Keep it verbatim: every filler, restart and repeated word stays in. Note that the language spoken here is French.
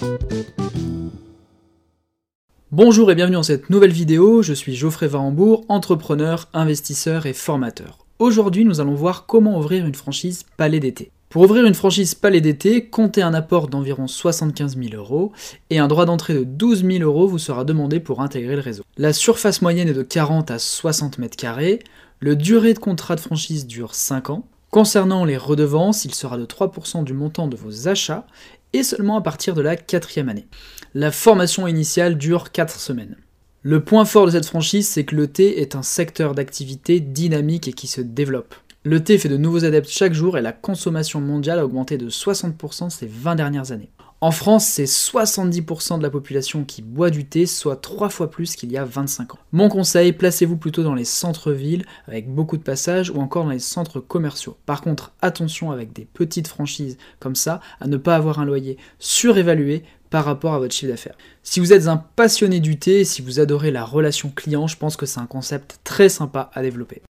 Bonjour et bienvenue dans cette nouvelle vidéo, je suis Geoffrey Varembourg, entrepreneur, investisseur et formateur. Aujourd'hui, nous allons voir comment ouvrir une franchise palais d'été. Pour ouvrir une franchise palais d'été, comptez un apport d'environ soixante-quinze mille euros et un droit d'entrée de douze mille euros vous sera demandé pour intégrer le réseau. La surface moyenne est de quarante à soixante mètres carrés, le durée de contrat de franchise dure cinq ans. Concernant les redevances, il sera de trois pour cent du montant de vos achats et seulement à partir de la quatrième année. La formation initiale dure quatre semaines. Le point fort de cette franchise, c'est que le thé est un secteur d'activité dynamique et qui se développe. Le thé fait de nouveaux adeptes chaque jour et la consommation mondiale a augmenté de soixante pour cent ces vingt dernières années. En France, c'est soixante-dix pour cent de la population qui boit du thé, soit trois fois plus qu'il y a vingt-cinq ans. Mon conseil, placez-vous plutôt dans les centres-villes, avec beaucoup de passages, ou encore dans les centres commerciaux. Par contre, attention avec des petites franchises comme ça, à ne pas avoir un loyer surévalué par rapport à votre chiffre d'affaires. Si vous êtes un passionné du thé et si vous adorez la relation client, je pense que c'est un concept très sympa à développer.